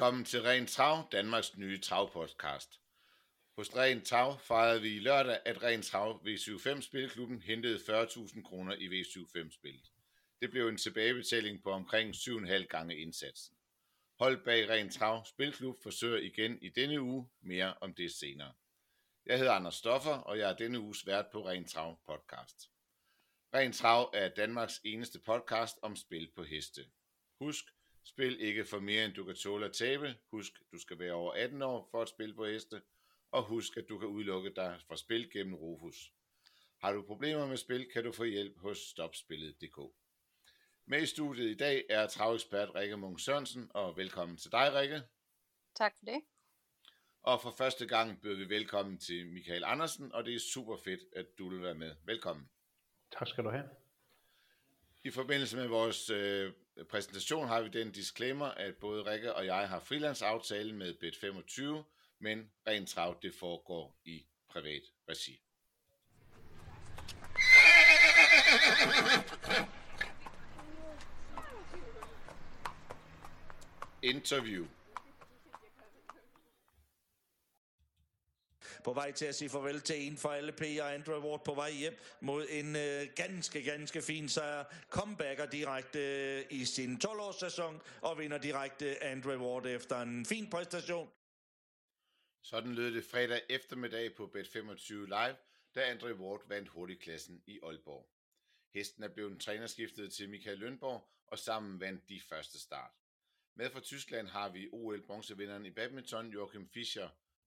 Velkommen til Ren Trav, Danmarks nye travpodcast. Hos Ren Trav fejrede vi i lørdag, at Ren Trav V75 Spilklubben hentede 40.000 kroner i V75-spillet. Det blev en tilbagebetaling på omkring 7,5 gange indsatsen. Hold bag Ren Trav Spilklub forsøger igen i denne uge, mere om det senere. Jeg hedder Anders Stoffer, og jeg er denne uges vært på Ren Trav podcast. Ren Trav er Danmarks eneste podcast om spil på heste. Husk, spil ikke for mere end du kan tåle at tabe. Husk, du skal være over 18 år for at spille på heste. Og husk, at du kan udelukke dig fra spil gennem Rufus. Har du problemer med spil, kan du få hjælp hos stopspillet.dk. Med i studiet i dag er travekspert Rikke Munk Sørensen, og velkommen til dig, Rikke. Tak for det. Og for første gang byder vi velkommen til Michael Andersen, og det er super fedt, at du vil være med. Velkommen. Tak skal du have. I forbindelse med vores præsentation har vi den disclaimer, at både Rikke og jeg har freelance-aftale med Bet25, men Ren Trav det foregår i privat regi. Interview. På vej til at sige farvel til en for alle P og Andrew Ward på vej hjem mod en ganske fin sejr. Comebacker direkte i sin 12-års sæson og vinder direkte Andrew Ward efter en fin præstation. Sådan lød det fredag eftermiddag på Bet25 Live, da Andrew Ward vandt hurtigklassen i Aalborg. Hesten er blevet trænerskiftet til Michael Lønborg, og sammen vandt de første start. Med fra Tyskland har vi OL-bronzevinderen i badminton, Joachim Fischer.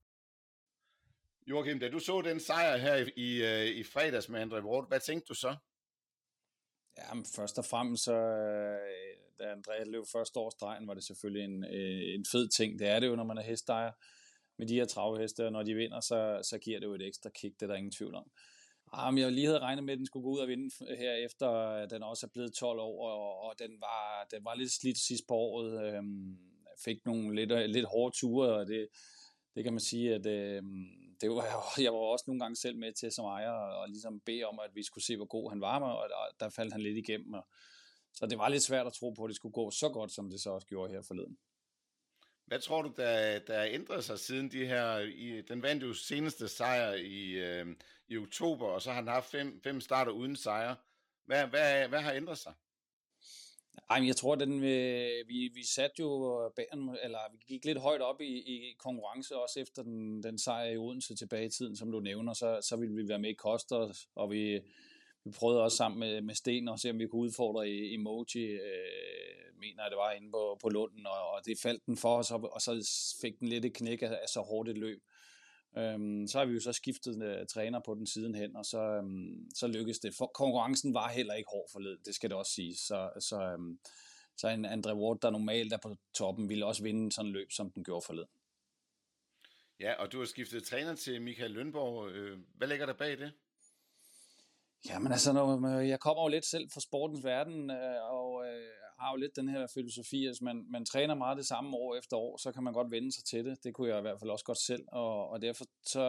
Joachim, da du så den sejr her i fredags med Andrew Ward, hvad tænkte du så? Jamen, først og fremmest, så, da Andreas løb første års stregen, var det selvfølgelig en fed ting. Det er det jo, når man er hestejer med de her travheste, og når de vinder, så giver det jo et ekstra kick, det er der ingen tvivl om. Men jeg lige havde regnet med, at den skulle gå ud og vinde her, efter den også er blevet 12 år, og den var lidt slidt sidst på året. Fik nogle lidt hårde ture, og det kan man sige, at jeg var også nogle gange selv med til som ejer, og ligesom bede om, at vi skulle se, hvor god han var, og der faldt han lidt igennem. Så det var lidt svært at tro på, at det skulle gå så godt, som det så også gjorde her forleden. Hvad tror du, der er ændret sig siden de her... Den vandt jo seneste sejr i oktober, og så har han haft fem starter uden sejre. Hvad har ændret sig? Ej, jeg tror, at vi satte jo bæren, eller vi gik lidt højt op i konkurrence, også efter den sejr i Odense tilbage i tiden, som du nævner, så ville vi være med i Koster, og vi prøvede også sammen med Sten at se, om vi kunne udfordre Emoji, mener jeg det var, inde på Lunden, og det faldt den for os, og så fik den lidt et knæk af så hårdt et løb. Så har vi jo så skiftet træner på den sidenhen, og så lykkedes det. Konkurrencen var heller ikke hård forleden, det skal det også siges. Så en Andrew Ward, der normalt er på toppen, ville også vinde sådan en løb, som den gjorde forleden. Ja, og du har skiftet træner til Michael Lønborg. Hvad ligger der bag det? Jamen altså, jeg kommer jo lidt selv fra sportens verden, og har jo lidt den her filosofi, at man træner meget det samme år efter år, så kan man godt vende sig til det. Det kunne jeg i hvert fald også godt selv, og derfor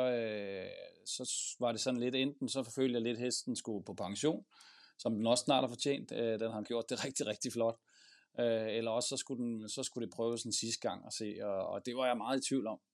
så var det sådan lidt, enten så følte jeg lidt, hesten skulle på pension, som den også snart har fortjent. Den har gjort det rigtig, rigtig flot. Eller også så skulle det prøves en sidste gang at se, og det var jeg meget i tvivl om.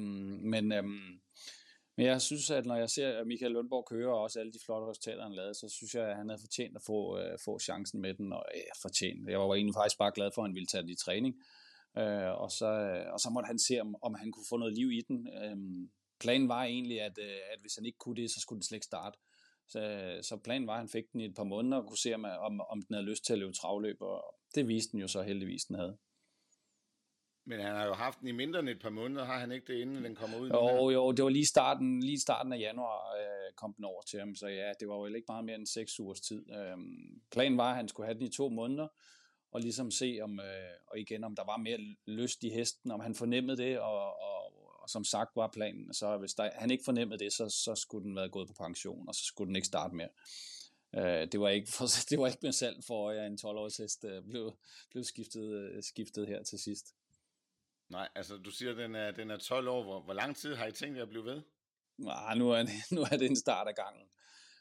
Men jeg synes, at når jeg ser Michael Lønborg køre, og også alle de flotte resultater, han lavede, så synes jeg, at han havde fortjent at få chancen med den. Og fortjent. Jeg var egentlig faktisk bare glad for, at han ville tage det i træning. Og så måtte han se, om han kunne få noget liv i den. Planen var egentlig, at hvis han ikke kunne det, så skulle den slet ikke starte. Så planen var, at han fik den i et par måneder, og kunne se, om den havde lyst til at løbe travløb. Og det viste den jo så heldigvis, den havde. Men han har jo haft den i mindre end et par måneder, har han ikke det, inden den kommer ud? Jo, det var lige starten af januar kom den over til ham, så ja, det var jo ikke meget mere end 6 ugers tid. Planen var, at han skulle have den i 2 måneder, og ligesom se, om der var mere lyst i hesten, om han fornemmede det, og som sagt var planen, så hvis han ikke fornemmede det, så skulle den være gået på pension, og så skulle den ikke starte mere. Det var ikke med salg for, at en 12-års hest blev skiftet her til sidst. Nej, altså du siger, at den er 12 år. Hvor lang tid har I tænkt jer at blive ved? Nu er det en start af gangen.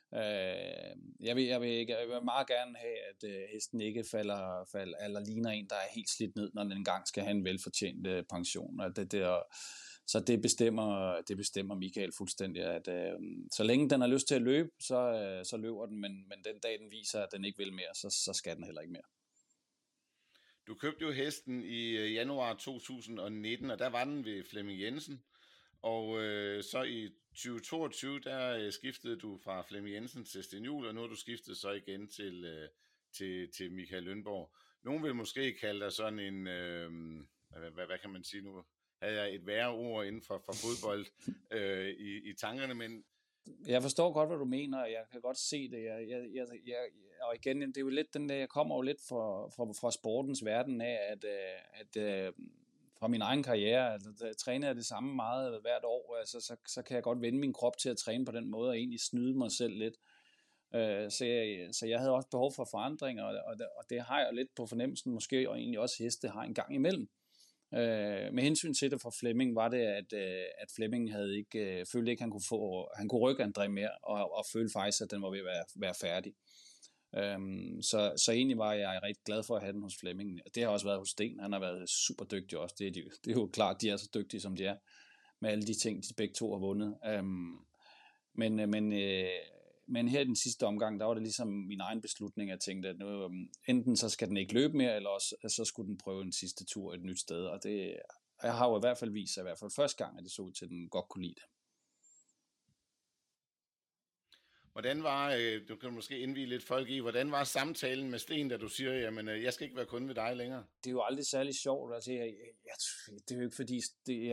Jeg vil meget gerne have, at hesten ikke falder eller ligner en, der er helt slidt ned, når den engang skal have en velfortjent pension. Og så det bestemmer Michael fuldstændig, at så længe den har lyst til at løbe, så løber den, men den dag den viser, at den ikke vil mere, så skal den heller ikke mere. Du købte jo hesten i januar 2019, og der var den ved Flemming Jensen. Og så i 2022, der skiftede du fra Flemming Jensen til Sten Juhl, og nu har du skiftet så igen til Michael Lønborg. Nogen vil måske kalde dig sådan en, hvad kan man sige nu? Havde jeg et værre ord inden for fodbold i tankerne, men... Jeg forstår godt, hvad du mener, og jeg kan godt se det. Og igen, det er jo lidt den der, jeg kommer jo lidt fra sportens verden af, at fra min egen karriere, altså, træner jeg det samme meget hvert år, altså, så kan jeg godt vende min krop til at træne på den måde, og egentlig snyde mig selv lidt. Så jeg havde også behov for forandring, og det har jeg lidt på fornemmelsen, måske, og egentlig også heste har en gang imellem. Med hensyn til det fra Flemming, var det, at Flemming havde ikke, følte ikke, han kunne rykke André mere, og følte faktisk, at den var ved at være færdig. Så egentlig var jeg rigtig glad for at have den hos Flemming. Det har også været hos Sten. Han har været super dygtig også. Det er jo klart, de er så dygtige, som de er, med alle de ting, de begge to har vundet. Men her i den sidste omgang, der var det ligesom min egen beslutning. Jeg tænkte, at nu, enten så skal den ikke løbe mere, eller også så skulle den prøve en sidste tur et nyt sted. Og jeg har jo i hvert fald vist sig, i hvert fald første gang, at det så ud til, at den godt kunne lide det. Hvordan var, du kan måske indvie lidt folk i, hvordan var samtalen med Sten, da du siger, jamen jeg skal ikke være kunde ved dig længere? Det er jo aldrig særlig sjovt. Altså, det er jo ikke fordi,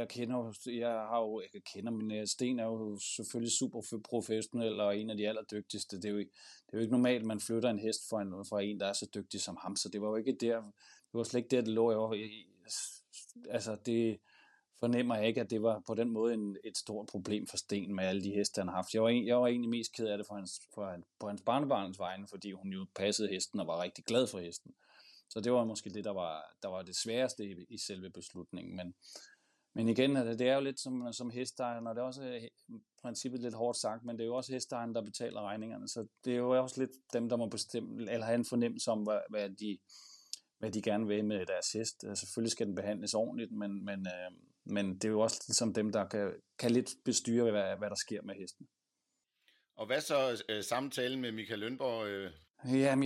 men Sten er jo selvfølgelig super professionel og en af de allerdygtigste. Det er jo ikke normalt, man flytter en hest fra en, der er så dygtig som ham, så det var jo ikke der, det var slet ikke der, det lå. Altså, det fornemmer jeg ikke, at det var på den måde et stort problem for Sten med alle de heste, han har haft. Jeg var egentlig mest ked af det på hans barnebarns vegne, fordi hun jo passede hesten og var rigtig glad for hesten. Så det var måske det, der var det sværeste i selve beslutningen. Men igen, det er jo lidt som hestejeren, og det er også i princippet lidt hårdt sagt, men det er jo også hestejeren, der betaler regningerne. Så det er jo også lidt dem, der må bestemme, eller have en fornemmelse om, hvad de gerne vil med deres hest. Selvfølgelig skal den behandles ordentligt, men det er jo også ligesom dem, der kan lidt bestyre, hvad der sker med hesten. Og hvad så samtalen med Michael Lønborg? Jamen,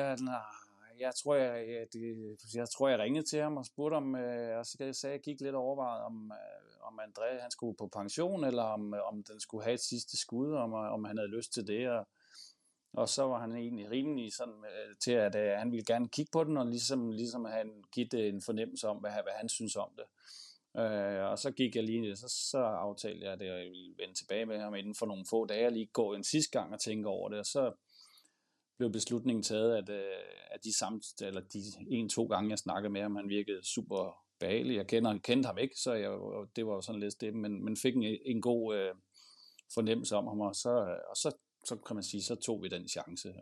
jeg tror, jeg ringede til ham og spurgte om, og så sagde jeg gik lidt overvejet, om André han skulle på pension, eller om den skulle have et sidste skud, om han havde lyst til det, og så var han egentlig rimelig sådan til, at han ville gerne kigge på den, og ligesom han givet en fornemmelse om, hvad han synes om det. Og så gik jeg lige, så aftalte jeg det, og jeg ville vende tilbage med ham inden for nogle få dage, og lige gå en sidste gang og tænke over det, og så blev beslutningen taget, at de 1-2 gange, jeg snakkede med ham, han virkede super behagelig. Jeg kendte ham ikke, så det var sådan lidt det, men fik en god fornemmelse om ham, og så kan man sige, så tog vi den chance.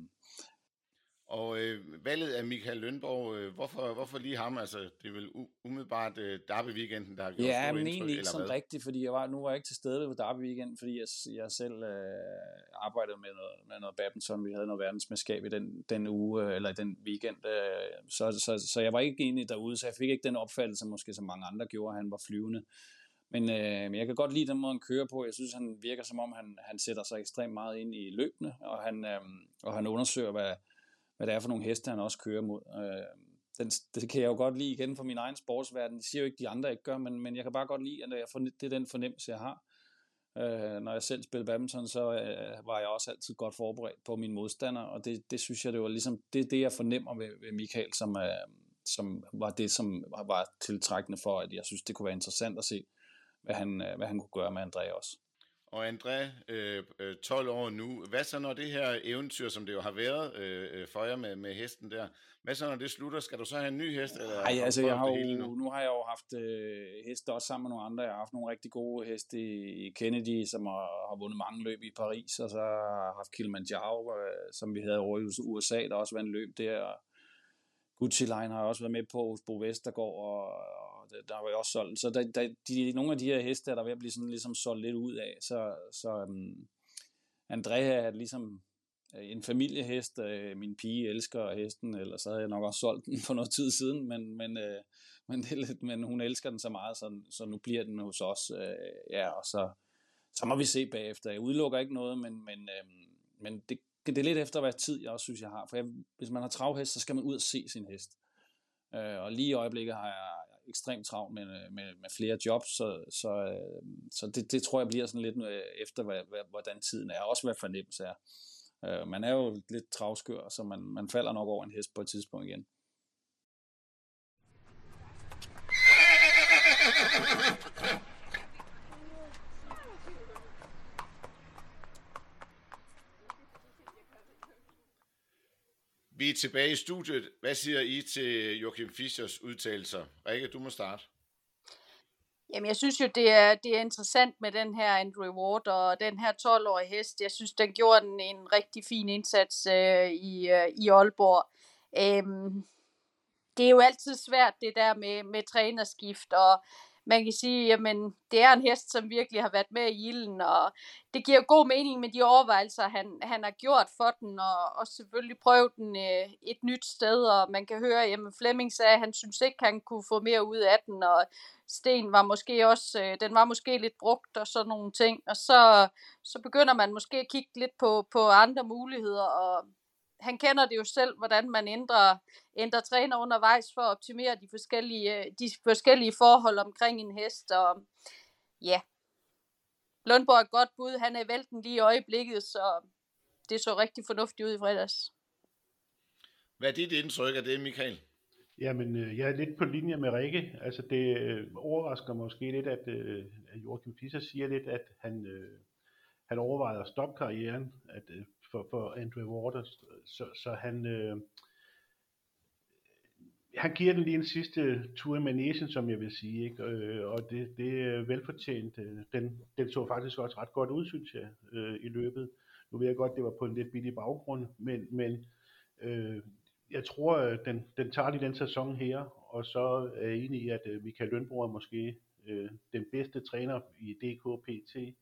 Og valget af Michael Lønborg, hvorfor lige ham? Altså, det er vel umiddelbart Derby-weekenden, der har gjort stor indtryk, men egentlig ikke sådan rigtigt, fordi nu var jeg ikke til stede ved Derby-weekenden, fordi jeg selv arbejdede med noget badminton. Vi havde noget verdensmesterskab i den uge, eller i den weekend. Så jeg var ikke egentlig derude, så jeg fik ikke den opfattelse, måske som mange andre gjorde, han var flyvende. Men jeg kan godt lide den måde, han kører på. Jeg synes, han virker som om, han sætter sig ekstremt meget ind i løbende, og han undersøger, hvad det er for nogle heste, han også kører mod. Det kan jeg jo godt lide igen fra min egen sportsverden. Det siger jo ikke, de andre ikke gør, men jeg kan bare godt lide, at det er den fornemmelse, jeg har. Når jeg selv spillede badminton, så var jeg også altid godt forberedt på mine modstandere, og det synes jeg, det var ligesom, det jeg fornemmer ved Michael, som var det, som var tiltrækkende for, at jeg synes, det kunne være interessant at se, hvad han kunne gøre med André også. Og André, 12 år nu, hvad så når det her eventyr, som det jo har været for jer med hesten der, hvad så når det slutter? Skal du så have en ny hest? Nej, altså nu har jeg jo haft heste også sammen med nogle andre. Jeg har haft nogle rigtig gode heste i Kennedy, som har vundet mange løb i Paris, og så har jeg haft Kilimanjaro, som vi havde over i USA, der også vandt løb der. Gucci Line har også været med på hos Bo Vestergaard, og der var jo også solgt. Så nogle af de her heste er der ved at blive sådan ligesom solgt lidt ud af. Andrea er ligesom en familiehest. Min pige elsker hesten, eller så havde jeg nok også solgt den for noget tid siden, men det er lidt, men hun elsker den så meget, så nu bliver den hos os. Og så må vi se bagefter. Jeg udelukker ikke noget, men det er lidt efter, hvad tid jeg også synes, jeg har. For hvis man har travhest, så skal man ud og se sin hest. Og lige i øjeblikket har jeg ekstremt travlt med flere jobs, så det tror jeg bliver sådan lidt efter, hvordan tiden er, også hvad fornemmelse er. Man er jo lidt travskør, så man falder nok over en hest på et tidspunkt igen. Vi er tilbage i studiet. Hvad siger I til Joachim Fischers udtalelser? Rikke, du må starte. Jamen, jeg synes jo, det er interessant med den her Andrew Ward og den her 12-årige hest. Jeg synes, den gjorde en rigtig fin indsats i Aalborg. Det er jo altid svært, det der med trænerskift, og man kan sige, jamen, det er en hest, som virkelig har været med i ilden, og det giver god mening med de overvejelser, han har gjort for den, og selvfølgelig prøve den et nyt sted, og man kan høre, jamen Flemming sagde, at han synes ikke, han kunne få mere ud af den, og Sten var måske også, den var måske lidt brugt, og sådan nogle ting, og så begynder man måske at kigge lidt på andre muligheder, og han kender det jo selv, hvordan man ændrer træner undervejs for at optimere de forskellige forhold omkring en hest. Og ja, Lundborg er et godt bud. Han er i vælten lige i øjeblikket, så det så rigtig fornuftigt ud i fredags. Hvad er dit indtryk af det, Michael? Jamen, jeg er lidt på linje med Rikke. Altså, det overrasker måske lidt, at Joachim Fischer siger lidt, at han overvejede at stoppe karrieren for Andrew Waters, så han giver den lige en sidste tur i manesien, som jeg vil sige, ikke? Og det er velfortjent. Den så faktisk også ret godt ud, synes jeg, i løbet. Nu ved jeg godt, det var på en lidt billig baggrund, men jeg tror, den tager lige den sæson her, og så er jeg enig i, at Michael Lønborg er måske den bedste træner i DKPT.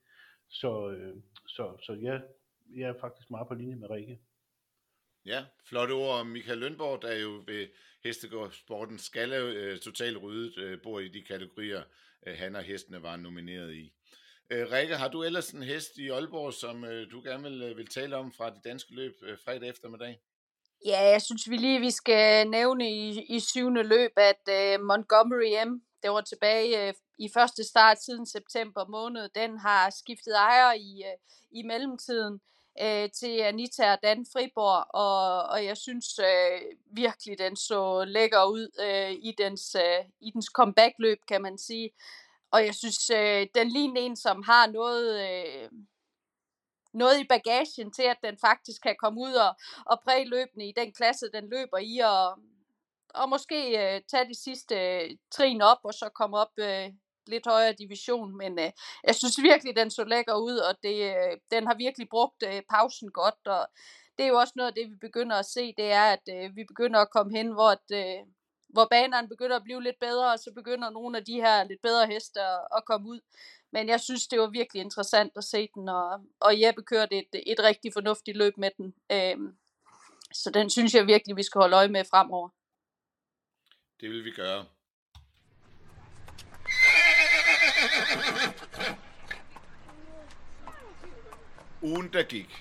Så jeg er faktisk meget på linje med Rikke. Ja, flotte ord om Michael Lønborg, der jo ved Hestegårdsporten Skalle totalt ryddet bor i de kategorier, han og hestene var nomineret i. Rikke, har du ellers en hest i Aalborg, som du gerne vil tale om fra de danske løb fredag eftermiddag? Ja, jeg synes vi skal nævne i 7. løb, at Montgomery M, det var tilbage i første start siden september måned, den har skiftet ejer i mellemtiden til Anita og Dan Friborg, og jeg synes virkelig, den så lækker ud i dens comeback-løb, kan man sige. Og jeg synes, den ligner en, som har noget i bagagen til, at den faktisk kan komme ud og præge løbende i den klasse, den løber i, og måske tage de sidste trin op, og så komme op lidt højere division. Men jeg synes virkelig, den så lækker ud, og den har virkelig brugt pausen godt, og det er jo også noget af det, vi begynder at se, det er, at vi begynder at komme hen, hvor banerne begynder at blive lidt bedre, og så begynder nogle af de her lidt bedre heste at komme ud. Men jeg synes, det var virkelig interessant at se den, og Jeppe kørte et rigtig fornuftigt løb med den. Så den synes jeg virkelig, vi skal holde øje med fremover. Det vil vi gøre. Ugen, der gik.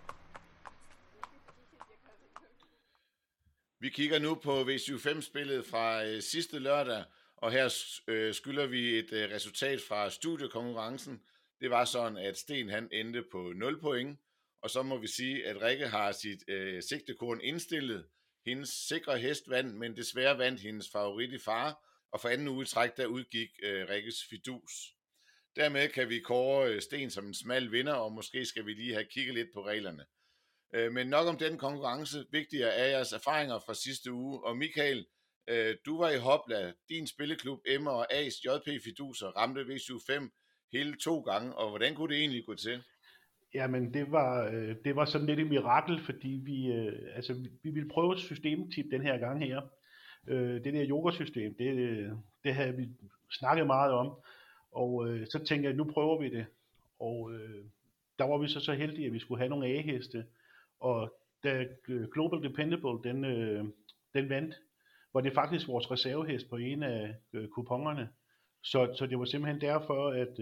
Vi kigger nu på V75-spillet fra sidste lørdag, og her skylder vi et resultat fra studiekonkurrencen. Det var sådan, at Sten han endte på 0 point, og så må vi sige, at Rikke har sit sigtekorn indstillet. Hendes sikre hest vandt, men desværre vandt hendes favorit i Far, og for anden uge i træk, der udgik Rikkes fidus. Dermed kan vi kåre Sten som en smal vinder, og måske skal vi lige have kigget lidt på reglerne. Men nok om den konkurrence. Vigtigere er jeres erfaringer fra sidste uge. Og Michael, du var i Hopla. Din spilleklub Emma og A's JP Fiduser ramte V75 hele 2 gange. Og hvordan kunne det egentlig gå til? Jamen, det var sådan lidt et mirakel, fordi vi ville prøve systemtip den her gang her. Det der yogasystem, det havde vi snakket meget om. Og så tænkte jeg, nu prøver vi det. Og der var vi så heldige, at vi skulle have nogle A-heste, og da Global Dependable, den vandt, var det faktisk vores reservehest på en af kuponerne. Så det var simpelthen derfor, at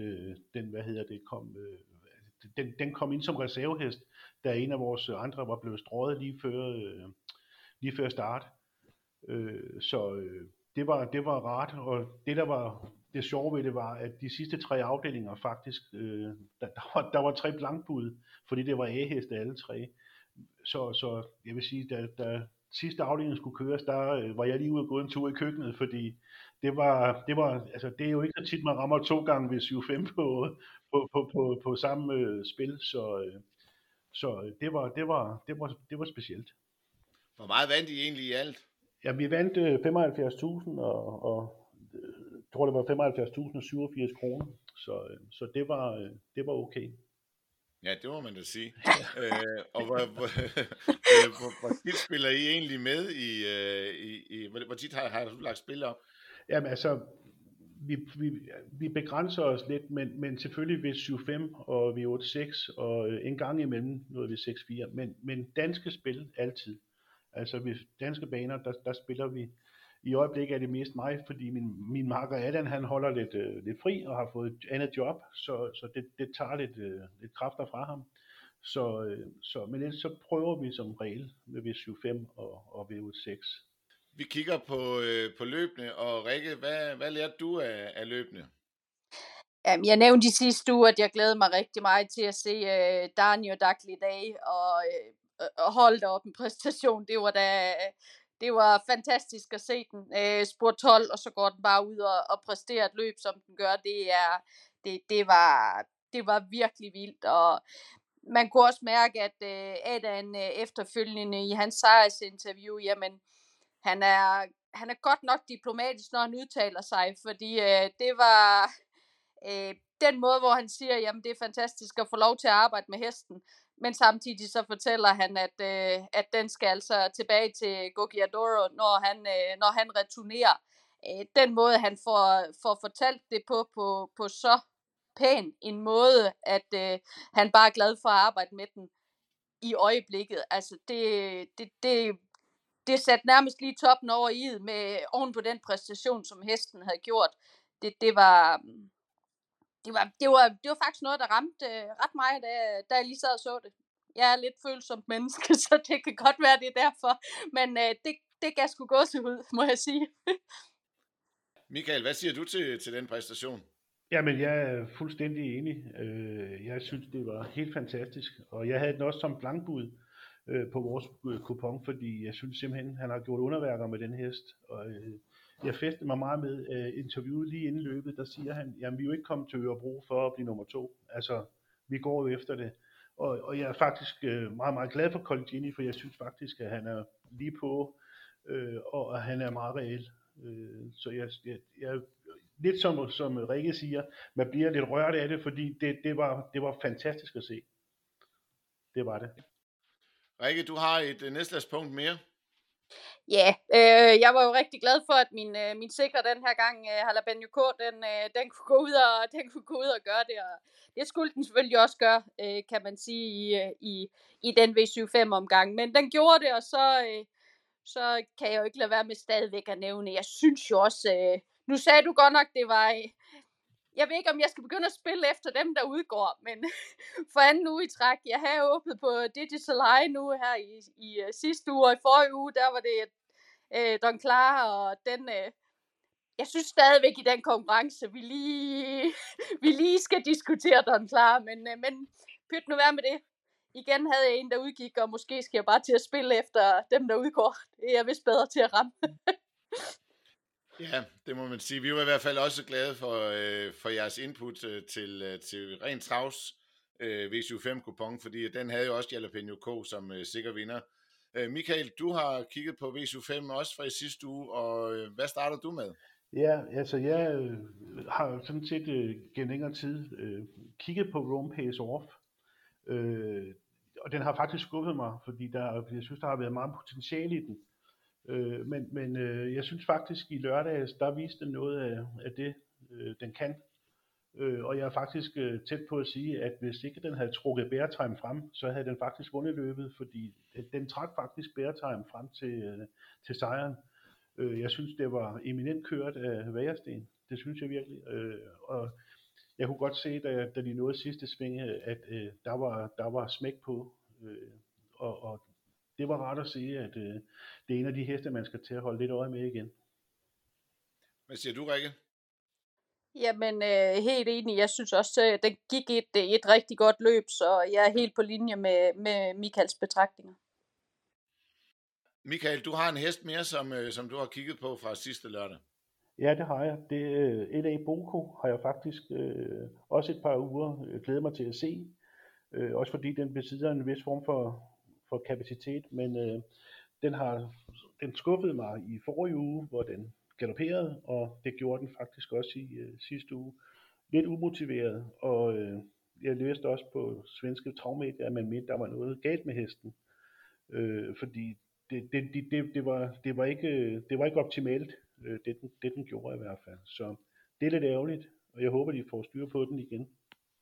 den kom ind som reservehest, da en af vores andre var blevet strøget lige før start. Så det var rart, og det der var det sjove ved det var, at de sidste 3 afdelinger faktisk, der var 3 blankbud, fordi det var A-heste alle 3. Så jeg vil sige, da sidste afdeling skulle køres, der var jeg lige ude og gå en tur i køkkenet, fordi det er jo ikke så tit, man rammer 2 gange ved 7-5 på samme spil, så det var specielt. Hvor meget vandt I egentlig i alt? Ja, vi vandt 75.000 og jeg tror det var 75.087 kroner, så det var okay. Ja, det må man da sige. Og hvor tit spiller I egentlig med hvor tit har du lagt spil op? Jamen altså, vi begrænser os lidt, men selvfølgelig ved 7-5 og ved 8-6 og en gang imellem noget ved 6-4, men danske spil altid. Altså ved danske baner, der spiller vi. I øjeblikket er det mest mig, fordi min makker Adam, han holder lidt fri og har fået et andet job, så det tager lidt kræfter fra ham. Men ellers så prøver vi som regel ved 7-5 og ved 8-6. Vi kigger på løbende, og Rikke, hvad lærte du af løbende? Jamen, jeg nævnte i sidste uge, at jeg glæder mig rigtig meget til at se Daniel Dakli i dag, og holde op en præstation. Det var fantastisk at se den. Spurt 12, og så går den bare ud og præsterer et løb, som den gør. Det var virkelig vildt, og man kunne også mærke, at Adam efterfølgende i hans sejrsinterview, jamen, han er godt nok diplomatisk, når han udtaler sig, fordi det var den måde, hvor han siger, jamen det er fantastisk at få lov til at arbejde med hesten, men samtidig så fortæller han, at den skal altså tilbage til Goggiadoro, når han returnerer. Den måde, han får fortalt det på så pæn en måde, at han bare er glad for at arbejde med den i øjeblikket. Altså det satte nærmest lige toppen over i'et med oven på den præstation, som hesten havde gjort. Det var faktisk noget, der ramte ret meget, da jeg lige sad og så det. Jeg er lidt følsomt menneske, så det kan godt være, det er derfor. Men det gav sgu gåsehud, må jeg sige. Michael, hvad siger du til den præstation? Jamen, jeg er fuldstændig enig. Jeg synes, det var helt fantastisk. Og jeg havde den også som blankbud på vores kupon, fordi jeg synes simpelthen, han har gjort underværker med den hest. Og jeg fæstede mig meget med interviewet lige inden løbet, der siger han, jamen vi er jo ikke kommet til Ørebro for at blive nummer 2. Altså, vi går jo efter det. Og jeg er faktisk meget, meget glad for Colgjini, for jeg synes faktisk, at han er lige på, og han er meget reel. Så jeg lidt som Rikke siger, man bliver lidt rørt af det, fordi det var fantastisk at se. Det var det. Rikke, du har et næstlæspunkt mere. Ja, jeg var jo rigtig glad for, at min sikre den her gang, Halabenjo K, den kunne gå ud og gøre det, og det skulle den selvfølgelig også gøre, kan man sige, i den V75 omgang, men den gjorde det, og så kan jeg jo ikke lade være med stadigvæk at nævne. Jeg synes jo også, nu sagde du godt nok, det var, jeg ved ikke, om jeg skal begynde at spille efter dem, der udgår, men for anden uge i træk, jeg har åbnet på Digital High nu her i sidste uge, og i forrige uge, der var det Don Clara, og den, jeg synes stadigvæk i den konkurrence, vi lige skal diskutere Don Clara, men pyt nu være med det. Igen havde jeg en, der udgik, og måske skal jeg bare til at spille efter dem, der udgår. Det er jeg vist bedre til at ramme. Ja, det må man sige. Vi var i hvert fald også glade for jeres input til Ren Travs V75-kupon, fordi den havde jo også Jalapeno K som sikker vinder. Michael, du har kigget på V75 også fra i sidste uge, og hvad starter du med? Ja, altså jeg har sådan set gennem længere tid kigget på Rome Pays Off, og den har faktisk skuffet mig, fordi jeg synes, der har været meget potentiale i den. Men jeg synes faktisk i lørdags, der viste den noget af det, den kan. Og jeg er faktisk tæt på at sige, at hvis ikke den havde trukket Beartime frem, så havde den faktisk vundet løbet, fordi den trak faktisk Beartime frem til sejren. Jeg synes, det var eminent kørt af Vagersten. Det synes jeg virkelig. Og jeg kunne godt se, da de nåede sidste sving, at der var smæk på. Og det var rart at se, at det er en af de heste, man skal til at holde lidt øje med igen. Hvad siger du, Rikke? Jamen, helt enig. Jeg synes også, at den gik et rigtig godt løb, så jeg er helt på linje med Michaels betragtninger. Michael, du har en hest mere, som du har kigget på fra sidste lørdag. Ja, det har jeg. Det LA Boko har jeg faktisk også et par uger glædet mig til at se. Også fordi den besidder en vis form for kapacitet, men den skuffede mig i forrige uge, hvor den galopperede, og det gjorde den faktisk også i sidste uge. Lidt umotiveret, og jeg læste også på svenske travmedier, at man mente, der var noget galt med hesten. Fordi det var ikke optimalt, det den gjorde i hvert fald. Så det er lidt ærgerligt, og jeg håber, de får styr på den igen.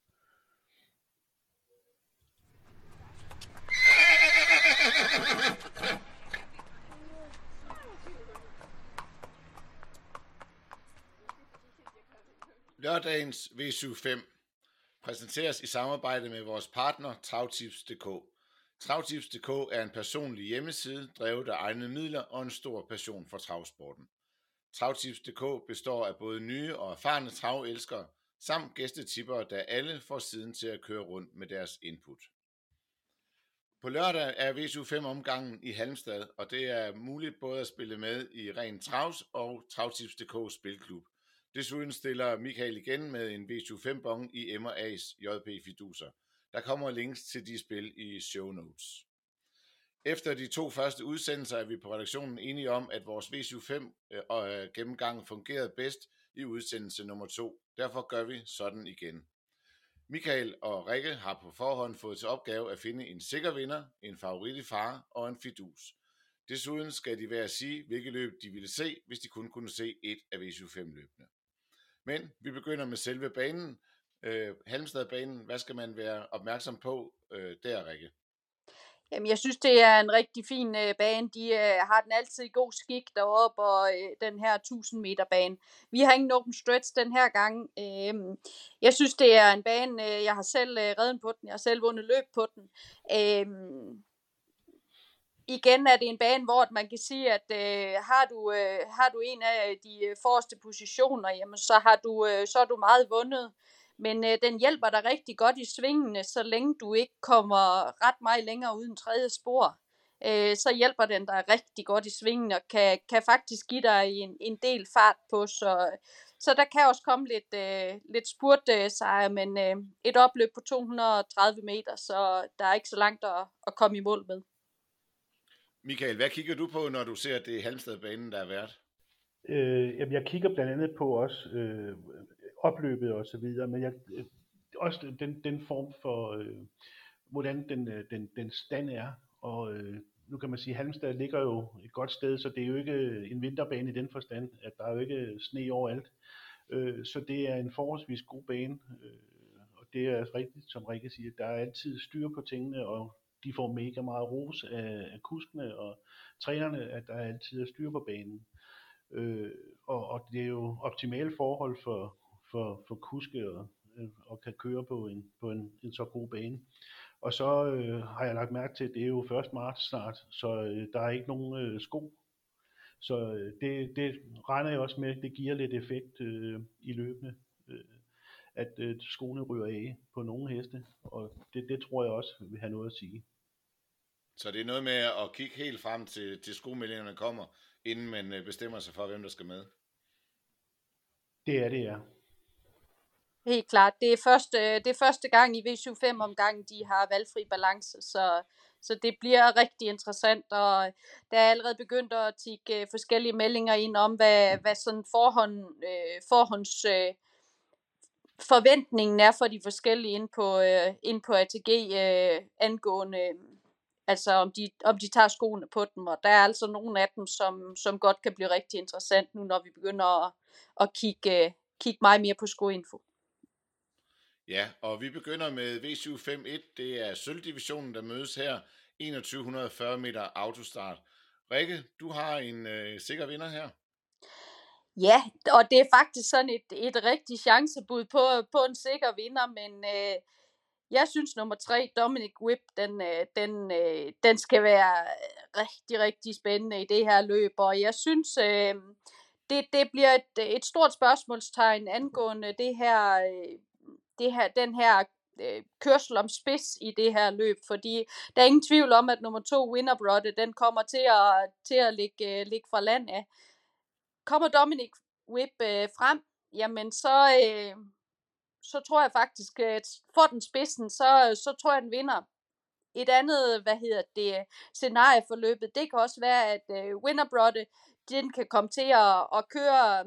Lørdagens V75 præsenteres i samarbejde med vores partner Travtips.dk. Travtips.dk er en personlig hjemmeside, drevet af egne midler og en stor passion for travsporten. Travtips.dk består af både nye og erfarne travelskere, samt gæstetippere, der alle får siden til at køre rundt med deres input. På lørdag er V75-omgangen i Halmstad, og det er muligt både at spille med i Ren Travs og Travtips.dk Spilklub. Desuden stiller Michael igen med en V75-bon i M&A's JP Fiduser. Der kommer links til de spil i show notes. Efter de 2 første udsendelser er vi på redaktionen enige om, at vores V75 gennemgang fungerede bedst i udsendelse nummer 2. Derfor gør vi sådan igen. Michael og Rikke har på forhånd fået til opgave at finde en sikker vinder, en favorit i fare og en fidus. Desuden skal de hver sige, hvilke løb de ville se, hvis de kun kunne se et af V75-løbene. Men vi begynder med selve banen. Halmstadbanen, hvad skal man være opmærksom på der, Rikke? Jamen, jeg synes, det er en rigtig fin bane. De har den altid i god skik deroppe, og den her 1000 meter bane. Vi har ingen open stretch den her gang. Jeg synes, det er en bane, jeg har selv reddet på den. Jeg har selv vundet løb på den. Igen er det en bane, hvor man kan sige, at har du en af de forreste positioner, jamen, så er du meget vundet. Men den hjælper dig rigtig godt i svingene, så længe du ikke kommer ret meget længere uden tredje spor. Så hjælper den dig rigtig godt i svingene og kan faktisk give dig en del fart på. Så der kan også komme lidt spurtsejr, men et opløb på 230 meter, så der er ikke så langt at komme i mål med. Michael, hvad kigger du på, når du ser, at det er Halmstadbanen, der er vært? Jeg kigger blandt andet på også opløbet og så videre, men også den form for, hvordan den stand er. Og nu kan man sige, at Halmstad ligger jo et godt sted, så det er jo ikke en vinterbane i den forstand, at der er jo ikke sne overalt. Så det er en forholdsvis god bane, og det er rigtigt, som Rikke siger, der er altid styr på tingene, og de får mega meget ros af kuskene og trænerne, at der altid er styr på banen. Og det er jo optimale forhold for kuske og kan køre på en så god bane. Og så har jeg lagt mærke til, at det er jo 1. marts snart, så der er ikke nogen sko. Så det regner jeg også med, det giver lidt effekt i løbende, at skoene ryger af på nogle heste, og det tror jeg også vil have noget at sige. Så det er noget med at kigge helt frem til skomeldingerne kommer, inden man bestemmer sig for, hvem der skal med? Det er det, ja. Helt klart. Det er første gang i V75-omgangen, de har valgfri balance, så det bliver rigtig interessant, og der er allerede begyndt at tikke forskellige meldinger ind om, hvad sådan forhånds forventningen er for de forskellige ind på ATG angående, altså om de tager skoene på dem, og der er altså nogle af dem, som godt kan blive rigtig interessant nu, når vi begynder at kigge meget mere på skoinfo. Ja, og vi begynder med V751. Det er sølvdivisionen, der mødes her. 2140 meter autostart. Rikke, du har en sikker vinder her. Ja, og det er faktisk sådan et rigtig chancebud på en sikker vinder, men jeg synes nummer 3, Dominic Webb, den skal være rigtig, rigtig spændende i det her løb, og jeg synes, det bliver et stort spørgsmålstegn angående den her kørsel om spids i det her løb, fordi der er ingen tvivl om, at nummer 2, Winnerbrother, den kommer til at ligge fra land af. Kommer Dominic Webb frem, jamen så tror jeg faktisk, at får den spidsen, så tror jeg, den vinder. Et andet, scenarie for løbet, det kan også være, at Winnerbrother, den kan komme til at køre,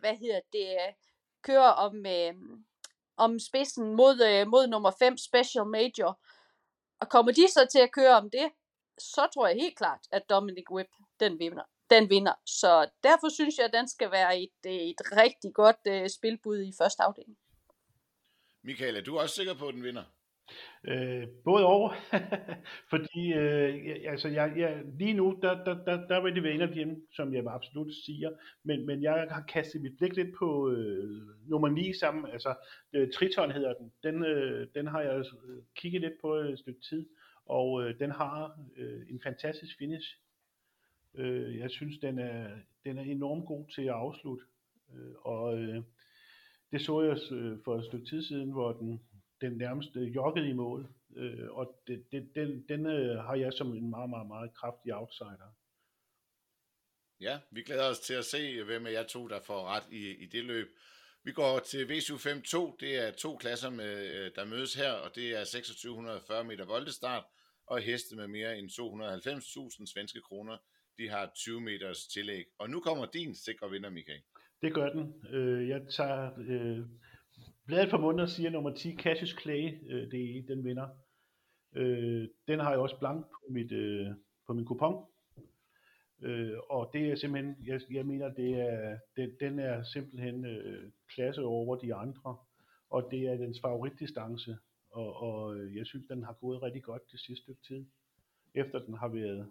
køre om spidsen mod nummer 5, Special Major. Og kommer de så til at køre om det, så tror jeg helt klart, at Dominic Webb, den vinder. Så derfor synes jeg, at den skal være et rigtig godt spilbud i første afdeling. Michael, er du også sikker på, at den vinder? Både over, fordi lige nu, der vil det være en af dem, som jeg absolut siger, men jeg har kastet mit blik lidt på nummer 9 sammen, altså Triton hedder den har jeg kigget lidt på et stykke tid, og den har en fantastisk finish. Jeg synes, den er enormt god til at afslutte, og det så jeg for et stykke tid siden, hvor den nærmest joggede i mål, og den har jeg som en meget, meget, meget kraftig outsider. Ja, vi glæder os til at se, hvem af jer to, der får ret i det løb. Vi går til V752, det er 2 klasser, der mødes her, og det er 2640 meter voltestart, og heste med mere end 290.000 svenske kroner, de har 20 meters tillæg. Og nu kommer din sikre vinder, Michael. Det gør den. Jeg tager bladet for munden og siger nummer 10, Cassius Clay, den vinder. Den har jeg også blank på min kupon. Og det er simpelthen, jeg mener, den er simpelthen klasse over de andre. Og det er dens favoritdistance. Og jeg synes, den har gået rigtig godt det sidste stykke tid. Efter den har været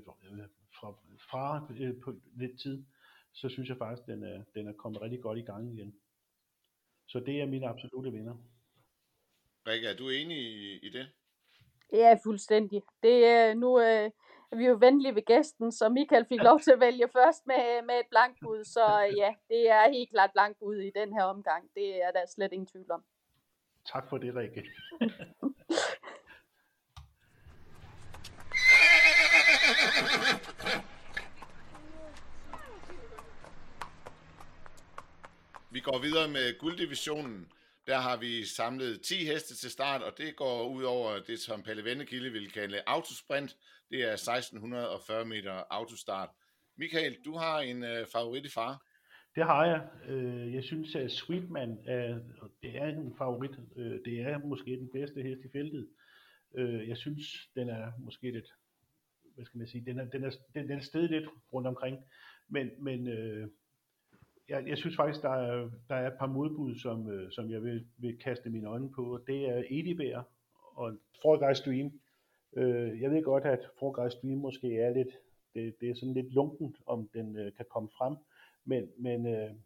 fra på lidt tid, så synes jeg faktisk, den er kommet rigtig godt i gang igen. Så det er min absolutte vinder. Rikke, er du enig i det? Ja, fuldstændig. Nu er vi jo venlige ved gæsten, så Michael fik lov til at vælge først med et blankbud. Så ja, det er helt klart blankbud i den her omgang. Det er der slet ingen tvivl om. Tak for det, Rikke. Vi går videre med gulddivisionen. Der har vi samlet 10 heste til start, og det går ud over det, som Palle Vennekilde vil kalde autosprint. Det er 1640 meter autostart. Michael, du har en favorit i fare. Det har jeg. Jeg synes, at Sweetman det er en favorit. Det er måske den bedste hest i feltet. Jeg synes, den er måske lidt, hvad skal man sige, den er stedet lidt rundt omkring. Men jeg synes faktisk, der er et par modbud, som jeg vil kaste mine øjne på. Det er Edibær og Four Guys Dream. Jeg ved godt, at Four Guys Dream måske er lidt, det er sådan lidt lunkent, om den kan komme frem. Men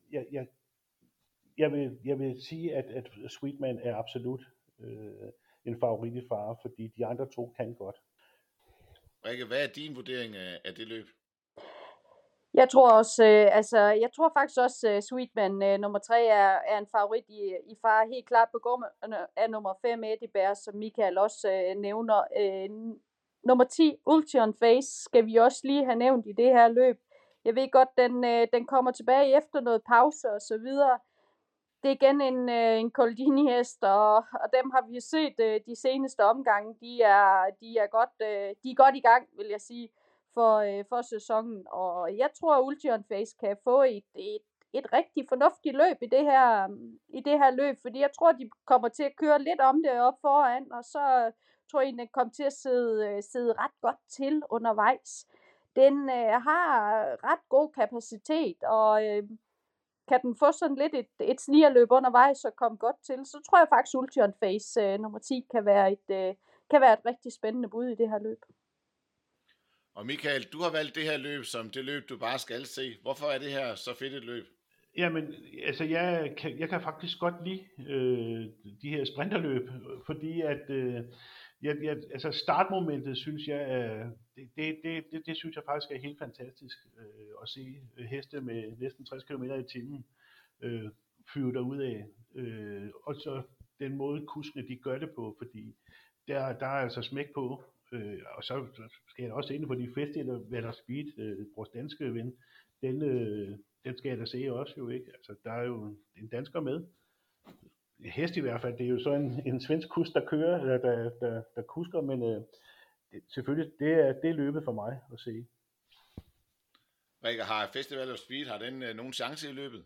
jeg vil sige, at Sweetman er absolut en favorit i fare, fordi de andre to kan godt. Rikke, hvad er din vurdering af det løb? Jeg tror faktisk også, Sweetman nummer 3 er en favorit i fare. Helt klart på gården af nummer 5, Edibær, som Michael også nævner. Nummer 10, Ultion Face, skal vi også lige have nævnt i det her løb. Jeg ved godt, den kommer tilbage efter noget pause og så videre. Det er igen en Coldini-hest, og dem har vi set de seneste omgange. De er godt i gang, vil jeg sige, for sæsonen. Og jeg tror, at Ultion Face kan få et rigtig fornuftigt løb i det her løb, fordi jeg tror, de kommer til at køre lidt om det op foran, og så tror jeg, den kommer til at sidde ret godt til undervejs. Den har ret god kapacitet, og kan den få sådan lidt et snigerløb undervejs og komme godt til, så tror jeg faktisk Ultion Face nummer 10 kan være et rigtig spændende bud i det her løb. Og Michael, du har valgt det her løb som det løb, du bare skal se. Hvorfor er det her så fedt et løb? Jamen, altså jeg kan faktisk godt lide de her sprinterløb, fordi at altså startmomentet synes jeg det synes jeg faktisk er helt fantastisk at se heste med næsten 60 km i timen flyve derud af, og så den måde kuskene de gør det på, fordi der er altså smæk på, og så skal jeg også ind på de Festival Speed, vores danske ven, den skal jeg da se også jo, ikke? Altså der er jo en dansker med. Hest i hvert fald, det er jo så en svensk kusk, der kører, eller der kusker, men selvfølgelig, det er løbet for mig at se. Rikke, har Festival of Speed, har den nogen chance i løbet?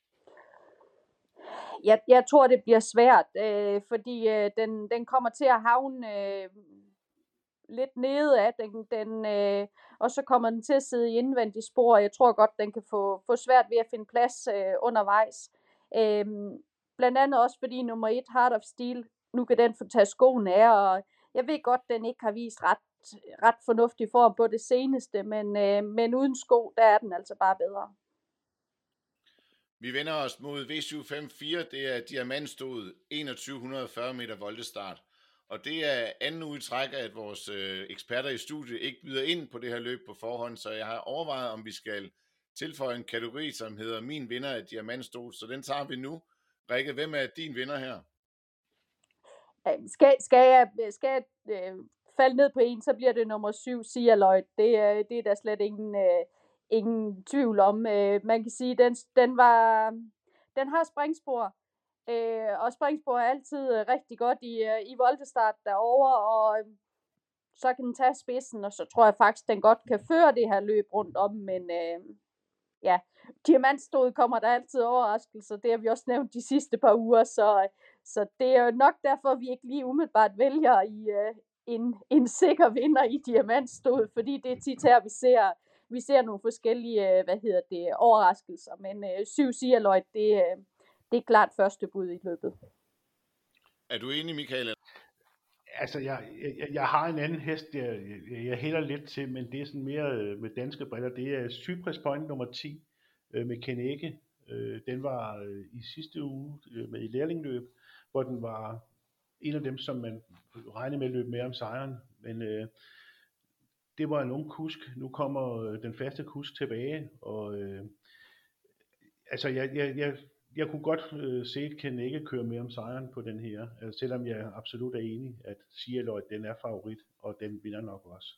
Jeg tror, det bliver svært, fordi den kommer til at havne lidt nede af den, og så kommer den til at sidde i indvendige spor, og jeg tror godt, den kan få svært ved at finde plads undervejs. Blandt andet også fordi nummer 1, Heart of Steel, nu kan den få tage skoene af, og jeg ved godt, den ikke har vist ret fornuftig form på det seneste, men uden sko, der er den altså bare bedre. Vi vender os mod V754, det er diamantstået 2140 meter voltestart. Og det er anden uge i træk, at vores eksperter i studiet ikke byder ind på det her løb på forhånd, så jeg har overvejet, om vi skal tilføje en kategori, som hedder Min vinder af diamantstået, så den tager vi nu. Rikke, hvem er din vinder her? Skal jeg falde ned på en, så bliver det nummer 7, Sialoid. Det er der slet ingen tvivl om. Man kan sige, den har springspor, og springspor er altid rigtig godt i voltestart derovre, og så kan den tage spidsen, og så tror jeg faktisk, den godt kan føre det her løb rundt om, men ja, diamantstået kommer der altid overraskelser, det har vi også nævnt de sidste par uger, så det er jo nok derfor, vi ikke lige umiddelbart vælger en sikker vinder i diamantstået, fordi det er tit her, vi ser nogle forskellige, overraskelser, men 7 Sialoid, det er klart første bud i løbet. Er du enig, Michael? Altså, jeg har en anden hest, jeg hælder lidt til, men det er sådan mere med danske briller. Det er Cypress Point nummer 10 med Kenege. Den var i sidste uge med i lærlingløb, hvor den var en af dem, som man regnede med at løbe med om sejren. Men det var en ung kusk. Nu kommer den faste kusk tilbage, og altså jeg kunne godt se, at Kenege køre med om sejren på den her, selvom jeg absolut er enig, at Sialoid, den er favorit, og den vinder nok også.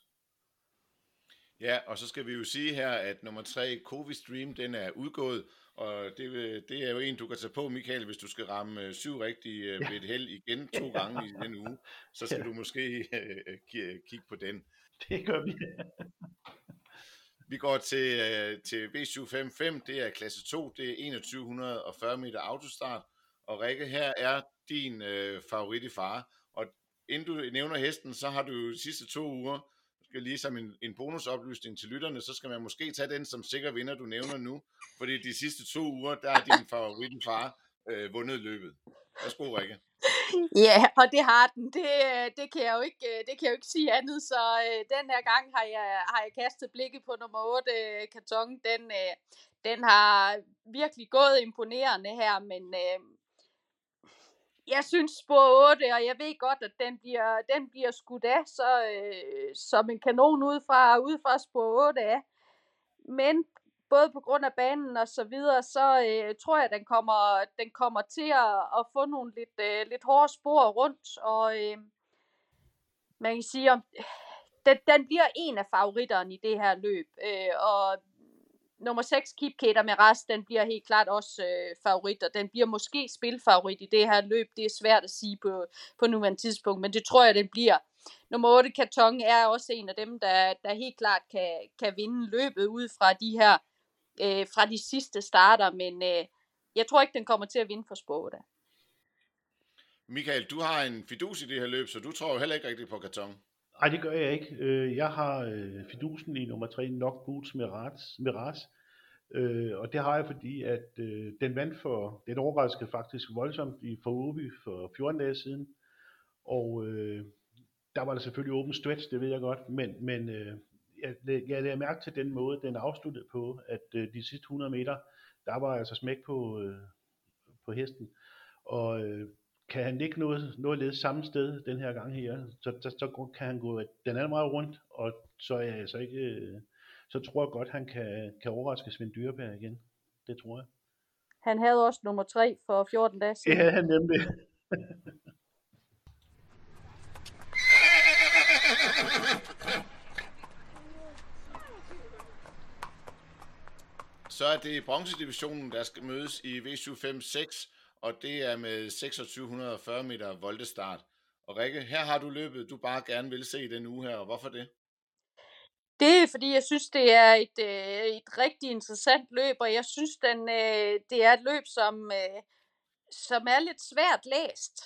Ja, og så skal vi jo sige her, at nummer 3, Covid Stream, den er udgået, og det er jo en, du kan tage på, Michael, hvis du skal ramme 7 rigtige ved et held igen 2 gange i den uge, så skal du måske kigge på den. Det gør vi. Vi går til V755, det er klasse 2, det er 2140 meter autostart, og Rikke, her er din favorit i fare, og inden du nævner hesten, så har du jo de sidste 2 uger, skal lige som en bonusoplysning til lytterne, så skal man måske tage den som sikker vinder, du nævner nu, fordi de sidste 2 uger, der er din favorit i fare vundet løbet. Værsgo, Rikke. Ja, og det har den. Det kan jeg jo ikke sige andet, så den her gang har jeg kastet blikket på nummer 8, Karton. Den har virkelig gået imponerende her, men jeg synes spor 8, og jeg ved godt, at den bliver skudt af, så som en kanon ud fra spor 8 af. Men både på grund af banen og så videre, så tror jeg, at den kommer til at få nogle lidt hårde spor rundt, og man kan sige, den bliver en af favoritterne i det her løb, og nummer 6, Keep Kater med Rast, den bliver helt klart også favorit, og den bliver måske spilfavorit i det her løb. Det er svært at sige på nuværende tidspunkt, men det tror jeg, den bliver. Nummer 8, Karton, er også en af dem, der helt klart kan vinde løbet ud fra de her fra de sidste starter, men jeg tror ikke, den kommer til at vinde for spor 8. Michael, du har en fidus i det her løb, så du tror jo heller ikke rigtigt på Karton. Nej, det gør jeg ikke. Jeg har fidusen i nummer 3, Knock Boots med Ras. Og det har jeg, fordi at den overraskede faktisk voldsomt for Åby for 14 dage siden. Og der var der selvfølgelig open stretch, det ved jeg godt, men jeg lagde mærke til den måde, den afsluttede på, at de sidste 100 meter, der var altså smæk på hesten. Og kan han ikke nå at lede samme sted den her gang her, så kan han gå den anden vej rundt, og så er jeg altså ikke... så tror jeg godt, han kan overraske Svend Dyreberg igen. Det tror jeg. Han havde også nummer 3 for 14 dage siden. Ja, han nemlig. Så er det bronzedivisionen, der skal mødes i V756, og det er med 2640 meter voltestart. Og Rikke, her har du løbet, du bare gerne vil se den uge her, og hvorfor det? Det er, fordi jeg synes, det er et rigtig interessant løb, og jeg synes, det er et løb, som er lidt svært læst.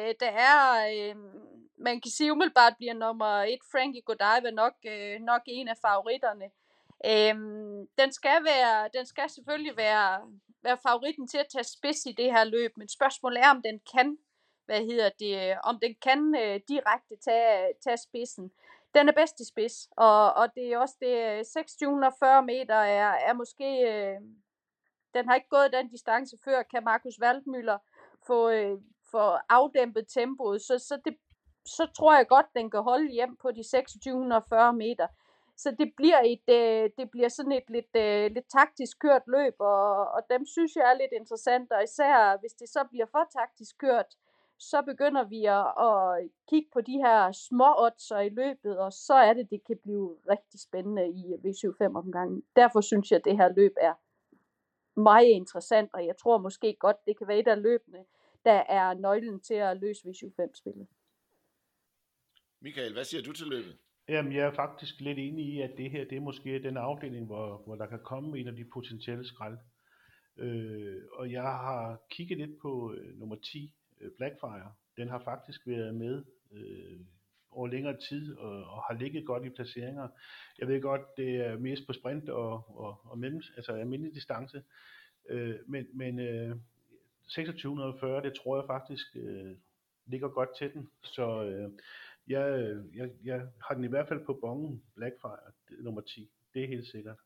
Man kan sige, umiddelbart bliver nummer 1, Frankie Godiva, nok en af favoritterne. Den skal selvfølgelig være favoritten til at tage spids i det her løb, men spørgsmålet er, om den kan, direkte tage spidsen. Den er bedst i spids, og det er også det, 2640 meter er måske, den har ikke gået den distance før, kan Markus Waldmüller få afdæmpet tempoet, så tror jeg godt, den kan holde hjem på de 2640 meter. Så det bliver sådan et lidt taktisk kørt løb, og dem synes jeg er lidt interessant, og især hvis det så bliver for taktisk kørt, så begynder vi at kigge på de her små oddser i løbet, og så er det kan blive rigtig spændende i V75 omgangen. Derfor synes jeg, at det her løb er meget interessant, og jeg tror måske godt, det kan være et af løbene, der er nøglen til at løse V75-spillet. Michael, hvad siger du til løbet? Jamen, jeg er faktisk lidt enig i, at det her, det er måske den afdeling, hvor der kan komme en af de potentielle skrald. Og jeg har kigget lidt på nummer 10, Blackfire. Den har faktisk været med over længere tid og har ligget godt i placeringer. Jeg ved godt, det er mest på sprint og almindelig distance. Men 2640, det tror jeg faktisk ligger godt til den. Så jeg har den i hvert fald på bongen, Blackfire, nummer 10. Det er helt sikkert.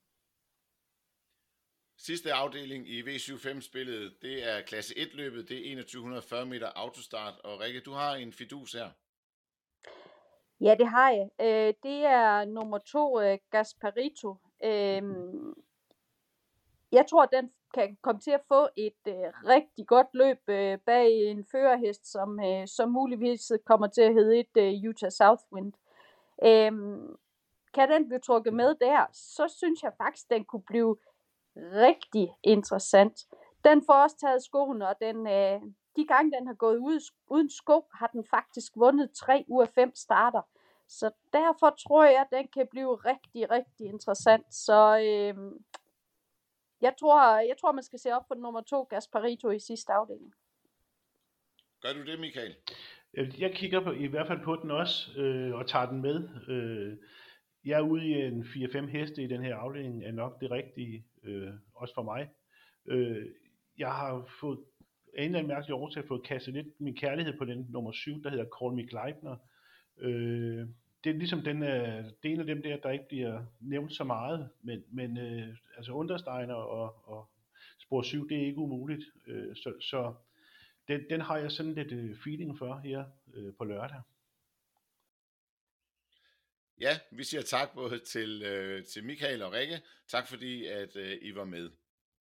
Sidste afdeling i V75-spillet, det er klasse 1-løbet, det er 2140 meter autostart. Og Rikke, du har en fidus her. Ja, det har jeg. Det er nummer 2, Gasparito. Jeg tror, at den kan komme til at få et rigtig godt løb bag en førerhest, som muligvis kommer til at hedde et Utah Southwind. Kan den blive trukket med der, så synes jeg faktisk, den kunne blive rigtig interessant. Den får også taget skoene, og de gange den har gået uden sko, har den faktisk vundet 3 ud af 5 starter. Så derfor tror jeg, at den kan blive rigtig, rigtig interessant. Så jeg tror, man skal se op på nummer 2, Gasparito, i sidste afdeling. Gør du det, Michael? Jeg kigger i hvert fald på den også, og tager den med. Jeg er ude i en 4-5 heste i den her afdeling, er nok det rigtige, også for mig. Jeg har fået en eller anden mærkelig årsag fået kastet lidt min kærlighed på den nummer 7, der hedder Call Me Gleipner. Det er ligesom det er en af dem der ikke bliver nævnt så meget, men altså Untersteiner og spor 7, det er ikke umuligt. Så den har jeg sådan lidt feeling for her på lørdag. Ja, vi siger tak både til Michael og Rikke. Tak fordi, at I var med.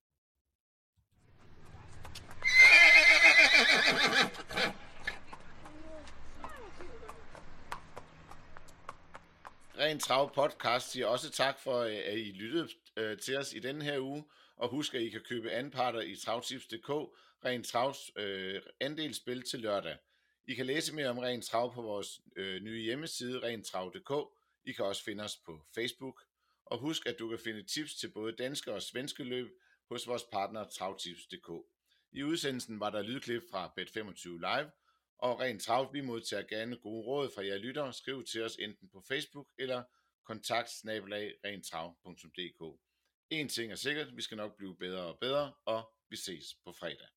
Ren Trav podcast siger også tak for, at I lyttede til os i denne her uge. Og husk, at I kan købe anparter i travtips.dk, Ren Travs andelsspil til lørdag. I kan læse mere om Ren Trav på vores nye hjemmeside, rentrav.dk. I kan også finde os på Facebook. Og husk, at du kan finde tips til både danske og svenske løb hos vores partner travtips.dk. I udsendelsen var der lydklip fra Bet25 Live, og Ren Trav, vi modtager gerne gode råd fra jer lyttere. Skriv til os enten på Facebook eller kontakt@rentrav.dk. En ting er sikkert, vi skal nok blive bedre og bedre, og vi ses på fredag.